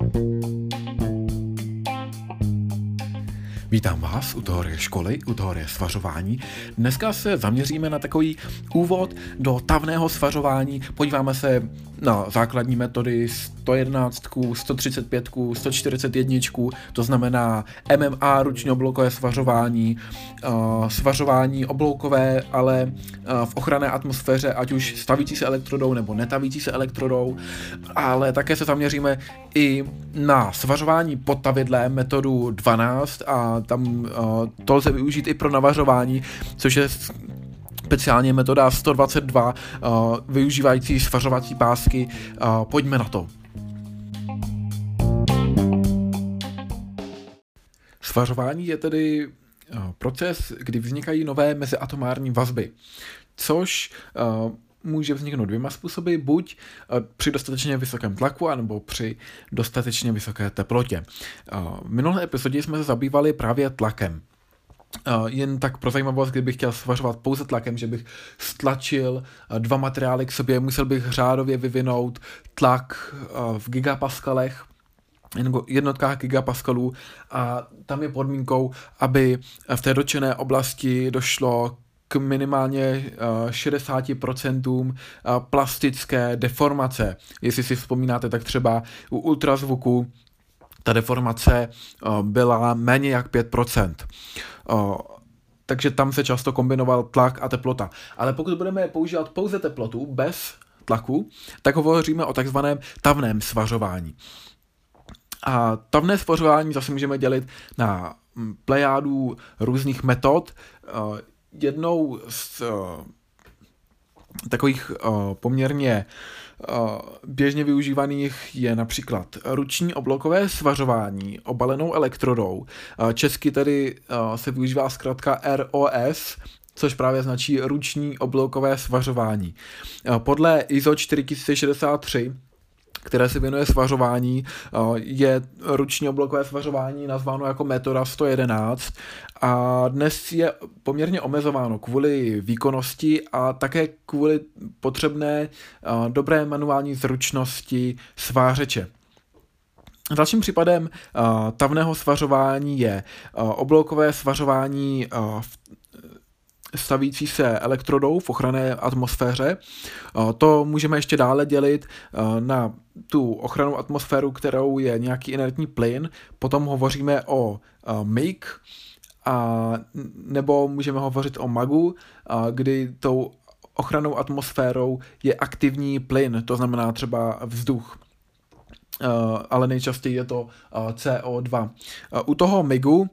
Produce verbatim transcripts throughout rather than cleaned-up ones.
Vítám vás u teorie školy, u teorie svařování. Dneska se zaměříme na takový úvod do tavného svařování. Podíváme se na základní metody sto jedenáct, sto třicet pět, sto čtyřicet jedna, to znamená M M A, ruční obloukové svařování, uh, svařování obloukové, ale uh, v ochranné atmosféře, ať už stavící se elektrodou nebo netavící se elektrodou, ale také se zaměříme i na svařování pod tavidlem, metodu dvanáct, a tam uh, to lze využít i pro navařování, což je speciálně metoda sto dvacet dva, uh, využívající svařovací pásky. Uh, pojďme na to. Svařování je tedy uh, proces, kdy vznikají nové meziatomární vazby, což uh, může vzniknout dvěma způsoby, buď při dostatečně vysokém tlaku, anebo při dostatečně vysoké teplotě. V minulé epizodě jsme se zabývali právě tlakem. Jen tak pro zajímavost, kdybych chtěl svařovat pouze tlakem, že bych stlačil dva materiály k sobě, musel bych řádově vyvinout tlak v gigapaskalech, nebo jednotkách gigapaskalů, a tam je podmínkou, aby v té dotčené oblasti došlo k minimálně šedesát procent plastické deformace. Jestli si vzpomínáte, tak třeba u ultrazvuku ta deformace byla méně jak pět procent. Takže tam se často kombinoval tlak a teplota. Ale pokud budeme používat pouze teplotu bez tlaku, tak hovoříme o takzvaném tavném svařování. A tavné svařování zase můžeme dělit na plejádu různých metod. Jednou z uh, takových uh, poměrně uh, běžně využívaných je například ruční oblokové svařování obalenou elektrodou. Uh, česky tedy uh, se využívá zkrátka R O S, což právě značí ruční oblokové svařování. Uh, podle I S O čtyři tisíce šedesát tři, které se věnuje svařování, je ruční oblokové svařování nazváno jako metoda sto jedenáct a dnes je poměrně omezováno kvůli výkonnosti a také kvůli potřebné dobré manuální zručnosti svářeče. Dalším případem tavného svařování je obloukové svařování v stavící se elektrodou v ochranné atmosféře. To můžeme ještě dále dělit na tu ochrannou atmosféru, kterou je nějaký inertní plyn. Potom hovoříme o M I G, a nebo můžeme hovořit o MAGu, kdy tou ochrannou atmosférou je aktivní plyn, to znamená třeba vzduch. Ale nejčastěji je to C O dva. U toho M I Gu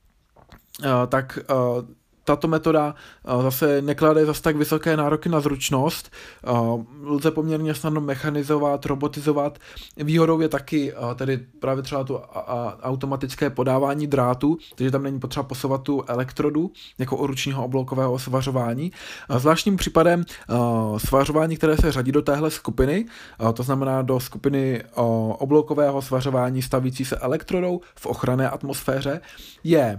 tak tato metoda zase neklade zase tak vysoké nároky na zručnost, lze poměrně snadno mechanizovat, robotizovat. Výhodou je taky tedy právě třeba to automatické podávání drátu, takže tam není potřeba posouvat tu elektrodu jako u ručního obloukového svařování. Zvláštním případem svařování, které se řadí do téhle skupiny, to znamená do skupiny obloukového svařování stavící se elektrodou v ochranné atmosféře, je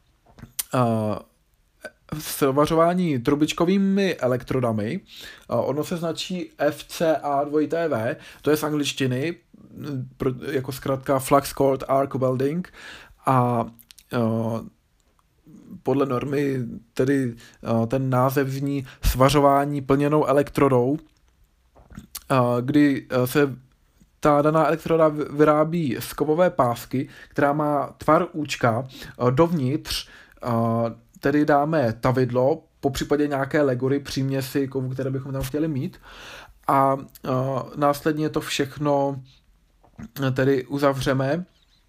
svařování trubičkovými elektrodami. Ono se značí F C A dva V, to je z angličtiny, jako zkrátka Flux Cold Arc Welding, a podle normy tedy ten název zní svařování plněnou elektrodou, kdy se ta daná elektroda vyrábí z kovové pásky, která má tvar účka. Dovnitř tedy dáme tavidlo, popřípadě nějaké legory, příměsi kovu, které bychom tam chtěli mít, a uh, následně to všechno tedy uzavřeme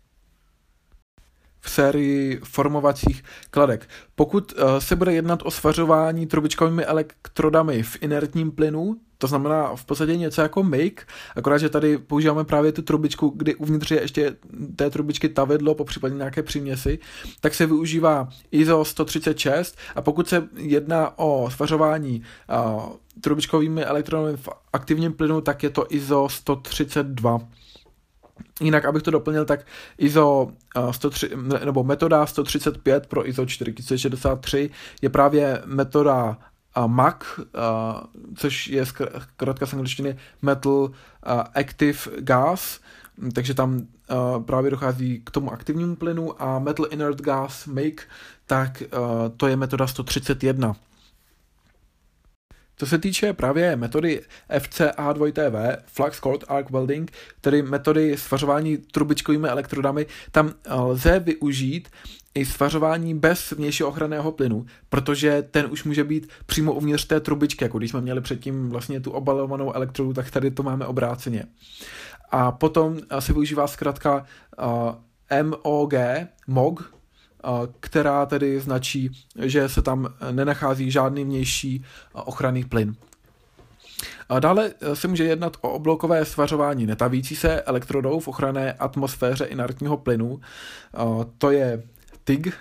v sérii formovacích kladek. Pokud uh, se bude jednat o svařování trubičkovými elektrodami v inertním plynu, to znamená v podstatě něco jako M I G, akorát, že tady používáme právě tu trubičku, kdy uvnitř je ještě té trubičky tavidlo, popřípadě nějaké příměsi, tak se využívá I S O sto třicet šest, a pokud se jedná o svařování uh, trubičkovými elektronami v aktivním plynu, tak je to I S O sto třicet dva. Jinak, abych to doplnil, tak I S O sto tři, nebo metoda sto třicet pět pro I S O čtyři tisíce šedesát tři je právě metoda M A C, což je zkrátka z angličtiny Metal Active Gas, takže tam uh, právě dochází k tomu aktivnímu plynu, a Metal Inert Gas Make, tak uh, to je metoda sto třicet jedna. Co se týče právě metody F C A dva V, Flux Cold Arc Welding, tedy metody svařování trubičkovými elektrodami, tam lze využít i svařování bez vnějšího ochranného plynu, protože ten už může být přímo uvnitř té trubičky, jako když jsme měli předtím vlastně tu obalovanou elektrodu, tak tady to máme obráceně. A potom se využívá zkrátka M O G, M O G, která tedy značí, že se tam nenachází žádný vnější ochranný plyn. Dále se může jednat o oblokové svařování netavící se elektrodou v ochranné atmosféře inertního plynu. To je T I G.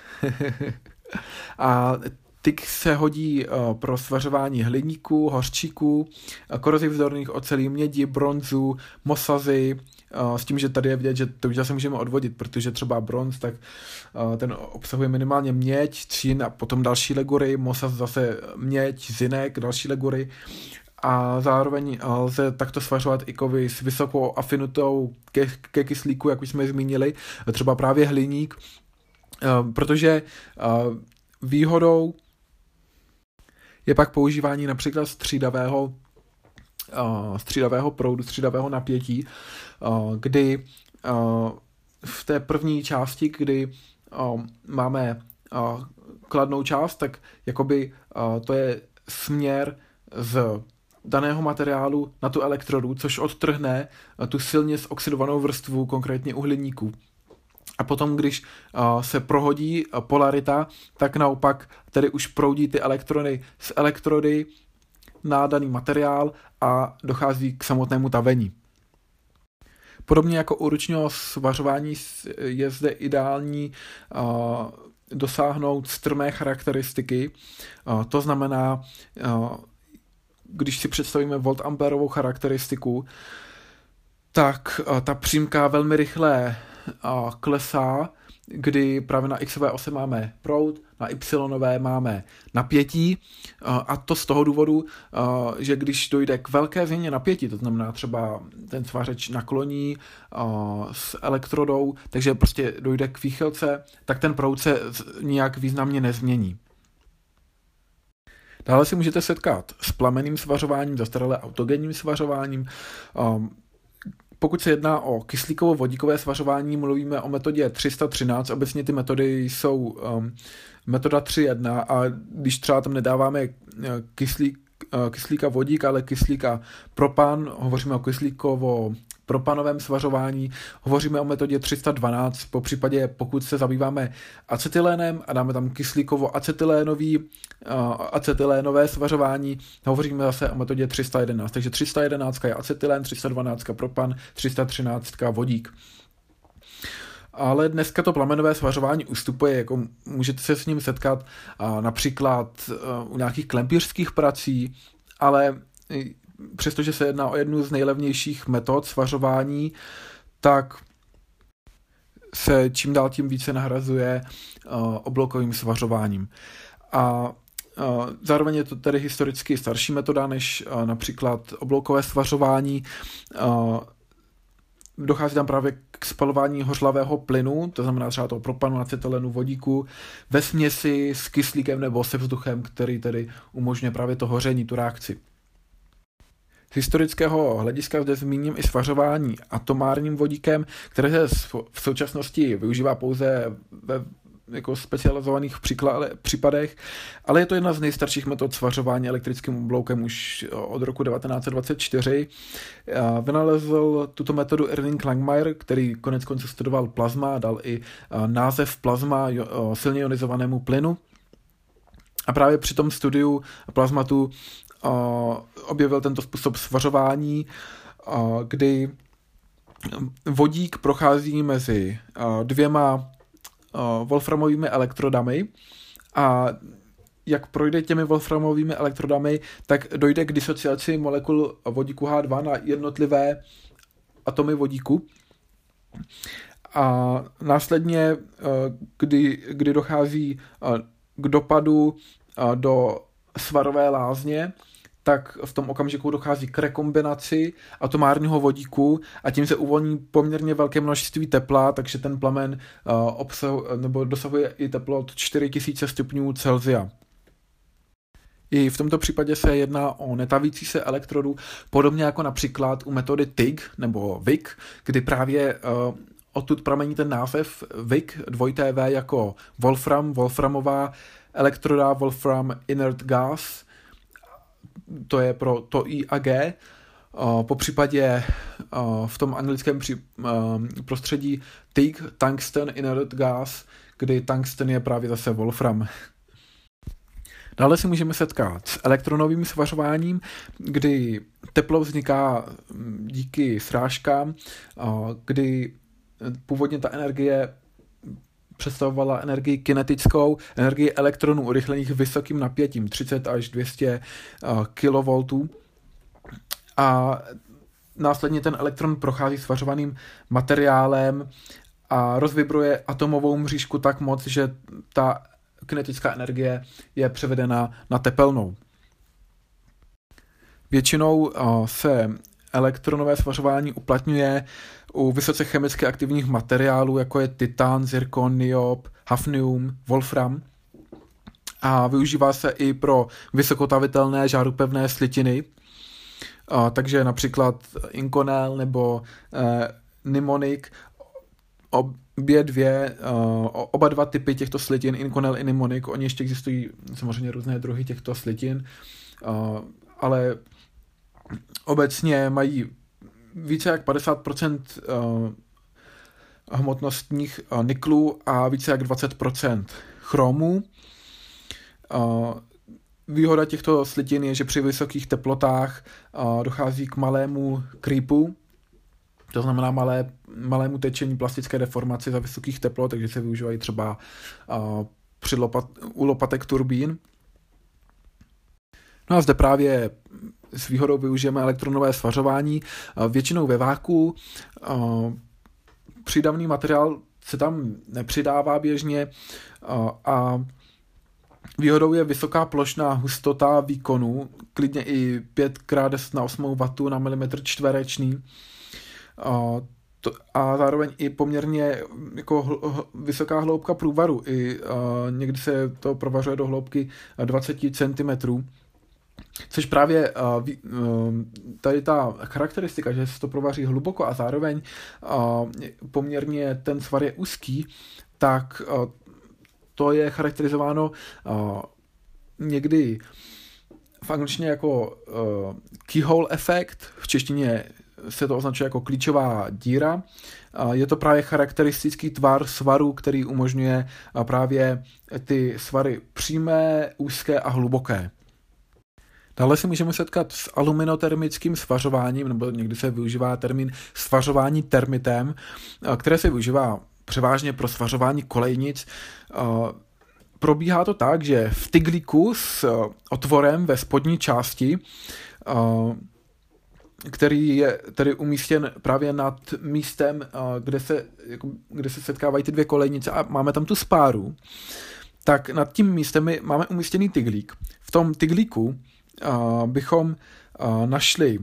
A T I G se hodí pro svařování hliníku, hořčíku, korozivzdorných ocelí, mědi, bronzu, mosazy, s tím, že tady je vidět, že to už zase můžeme odvodit, protože třeba bronz, tak ten obsahuje minimálně měď, třin a potom další legury, mosaz zase měď, zinek, další legury, a zároveň lze takto svařovat i kovy s vysokou afinitou ke, ke kyslíku, jak už jsme zmínili, třeba právě hliník, protože výhodou je pak používání například střídavého Uh, střídavého proudu, střídavého napětí, uh, kdy uh, v té první části, kdy uh, máme uh, kladnou část, tak jakoby uh, to je směr z daného materiálu na tu elektrodu, což odtrhne uh, tu silně zoxidovanou vrstvu, konkrétně uhliníku. A potom, když uh, se prohodí uh, polarita, tak naopak tedy už proudí ty elektrony z elektrody na daný materiál a dochází k samotnému tavení. Podobně jako u ručního svařování je zde ideální uh, dosáhnout strmé charakteristiky. Uh, to znamená, uh, když si představíme voltamperovou charakteristiku, tak uh, ta přímka velmi rychle uh, klesá, kdy právě na xové ose máme proud, na y máme napětí, a to z toho důvodu, že když dojde k velké změně napětí, to znamená třeba ten svařeč nakloní s elektrodou, takže prostě dojde k výchylce, tak ten proud se nijak významně nezmění. Dále si můžete setkat s plamenným svařováním, zastaralé autogenním svařováním. Pokud se jedná o kyslíkovo-vodíkové svařování, mluvíme o metodě tři sta třináct, obecně ty metody jsou um, metoda tři jedna, a když třeba tam nedáváme kyslík, kyslík a vodík, ale kyslík a propan, hovoříme o kyslíkovo propanovém svařování, hovoříme o metodě tři sta dvanáct, po případě pokud se zabýváme acetylénem a dáme tam kyslíkovo-acetylénový, uh, acetylénové svařování, hovoříme zase o metodě tři sta jedenáct, takže tři sta jedenáct je acetylén, tři sta dvanáct propan, tři sta třináct vodík. Ale dneska to plamenové svařování ustupuje, jako můžete se s ním setkat uh, například uh, u nějakých klempířských prací, ale přestože se jedná o jednu z nejlevnějších metod svařování, tak se čím dál tím více nahrazuje uh, oblokovým svařováním. A uh, zároveň je to tedy historicky starší metoda než uh, například oblokové svařování. Uh, dochází tam právě k spalování hořlavého plynu, to znamená třeba toho propanu, acetylenu, vodíku, ve směsi s kyslíkem nebo se vzduchem, který tedy umožňuje právě to hoření, tu reakci. Z historického hlediska zde zmíním i svařování atomárním vodíkem, které se v současnosti využívá pouze ve jako specializovaných případech, ale je to jedna z nejstarších metod svařování elektrickým obloukem už od roku devatenáct set dvacet čtyři. Vynalezl tuto metodu Irving Langmuir, který konec konců studoval plazma a dal i název plazma silně ionizovanému plynu. A právě při tom studiu plazmatu objevil tento způsob svařování, kdy vodík prochází mezi dvěma wolframovými elektrodami a jak projde těmi wolframovými elektrodami, tak dojde k disociaci molekul vodíku H dva na jednotlivé atomy vodíku. A následně, kdy, kdy dochází k dopadu do svarové lázně, tak v tom okamžiku dochází k rekombinaci atomárního vodíku a tím se uvolní poměrně velké množství tepla, takže ten plamen uh, obsahuje, nebo dosahuje i teplo od čtyři tisíce stupňů Celsia. I v tomto případě se jedná o netavící se elektrodu, podobně jako například u metody T I G nebo V I C, kdy právě uh, odtud pramení ten název V I C, dvojité V jako Wolfram, Wolframová elektroda, Wolfram Inert Gas, to je pro to I a G, uh, po případě uh, v tom anglickém při, uh, prostředí T I G, Tungsten Inert Gas, kdy tungsten je právě zase Wolfram. Dále si můžeme setkat s elektronovým svařováním, kdy teplo vzniká díky srážkám, kdy původně ta energie představovala energii kinetickou, energii elektronů urychlených vysokým napětím, třicet až dvě stě kilovoltů. A následně ten elektron prochází svařovaným materiálem a rozvibruje atomovou mřížku tak moc, že ta kinetická energie je převedena na tepelnou. Většinou se elektronové svařování uplatňuje u vysoce chemicky aktivních materiálů, jako je titan, zirkon, niob, hafnium, wolfram. A využívá se i pro vysokotavitelné žárupevné slitiny, takže například Inconel nebo Nimonik. Obě dvě, oba dva typy těchto slitin, Inconel i Nimonik, oni ještě existují samozřejmě různé druhy těchto slitin, ale obecně mají více jak padesát procent hmotnostních niklů a více jak dvacet procent chromu. Výhoda těchto slitin je, že při vysokých teplotách dochází k malému creepu, to znamená malé, malému tečení plastické deformaci za vysokých teplot, takže se využívají třeba při lopat, u lopatek turbín. No a zde právě s výhodou využijeme elektronové svařování, většinou ve váku. Přídavný materiál se tam nepřidává běžně a výhodou je vysoká plošná hustota výkonu, klidně i pět krát deset na osm wattů na milimetr čtvereční. A zároveň i poměrně jako hl- vysoká hloubka průvaru. I někdy se to provařuje do hloubky dvacet centimetrů. Což právě tady ta charakteristika, že se to provaří hluboko a zároveň poměrně ten svar je úzký, tak to je charakterizováno někdy v angličtině jako keyhole efekt, v češtině se to označuje jako klíčová díra. Je to právě charakteristický tvar svaru, který umožňuje právě ty svary přímé, úzké a hluboké. Dále se můžeme setkat s aluminotermickým svařováním, nebo někdy se využívá termín svařování termitem, které se využívá převážně pro svařování kolejnic. Probíhá to tak, že v tyglíku s otvorem ve spodní části, který je tedy umístěn právě nad místem, kde se, kde se setkávají ty dvě kolejnice a máme tam tu spáru, tak nad tím místem máme umístěný tyglík. V tom tyglíku bychom našli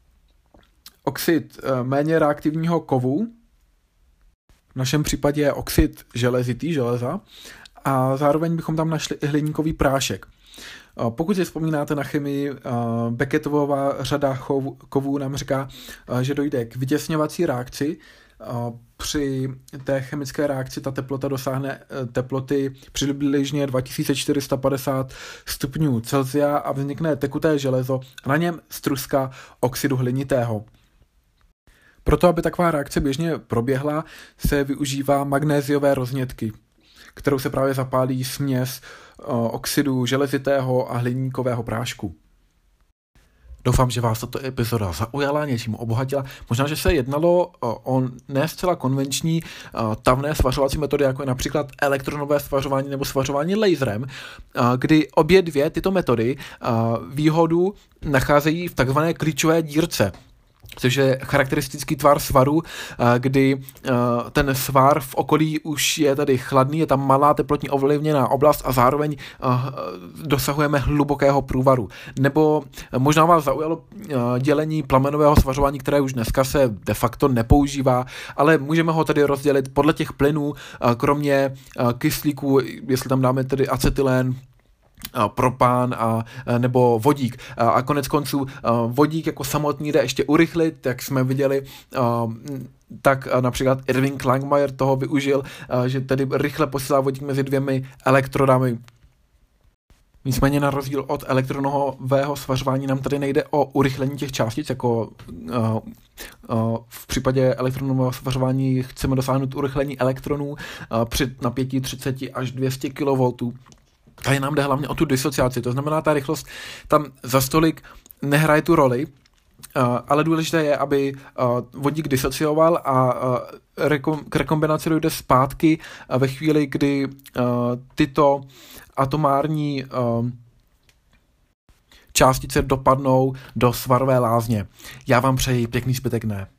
oxid méně reaktivního kovu, v našem případě je oxid železitý, železa, a zároveň bychom tam našli i hliníkový prášek. Pokud si vzpomínáte na chemii, Beckettovova řada kovů nám říká, že dojde k vytěsňovací reakci. Při té chemické reakci ta teplota dosáhne teploty přibližně dva tisíce čtyři sta padesát stupňů Celsia a vznikne tekuté železo a na něm struska oxidu hlinitého. Proto, aby taková reakce běžně proběhla, se využívá magnéziové roznětky, kterou se právě zapálí směs oxidu železitého a hliníkového prášku. Doufám, že vás tato epizoda zaujala, něčím obohatila. Možná, že se jednalo o ne zcela konvenční tavné svařovací metody, jako je například elektronové svařování nebo svařování laserem, kdy obě dvě tyto metody výhodu nacházejí v takzvané klíčové dírce. což je charakteristický tvar svaru, kdy ten svar v okolí už je tady chladný, je tam malá teplotně ovlivněná oblast a zároveň dosahujeme hlubokého průvaru. Nebo možná vás zaujalo dělení plamenového svařování, které už dneska se de facto nepoužívá, ale můžeme ho tady rozdělit podle těch plynů, kromě kyslíku, jestli tam dáme tedy acetylén, propán a, nebo vodík. A konec konců vodík jako samotný jde ještě urychlit, jak jsme viděli, tak například Irving Langmuir toho využil, že tedy rychle posílá vodík mezi dvěmi elektrodami. Nicméně na rozdíl od elektronového svařování nám tady nejde o urychlení těch částic, jako uh, uh, v případě elektronového svařování chceme dosáhnout urychlení elektronů uh, při napětí třicet až dvě stě kilovoltů. Tady nám jde hlavně o tu disociaci, to znamená, ta rychlost tam za stolik nehraje tu roli, uh, ale důležité je, aby uh, vodík disocioval a uh, rekom- k rekombinaci dojde zpátky uh, ve chvíli, kdy uh, tyto atomární uh, částice dopadnou do svarové lázně. Já vám přeji pěkný zbytek dne.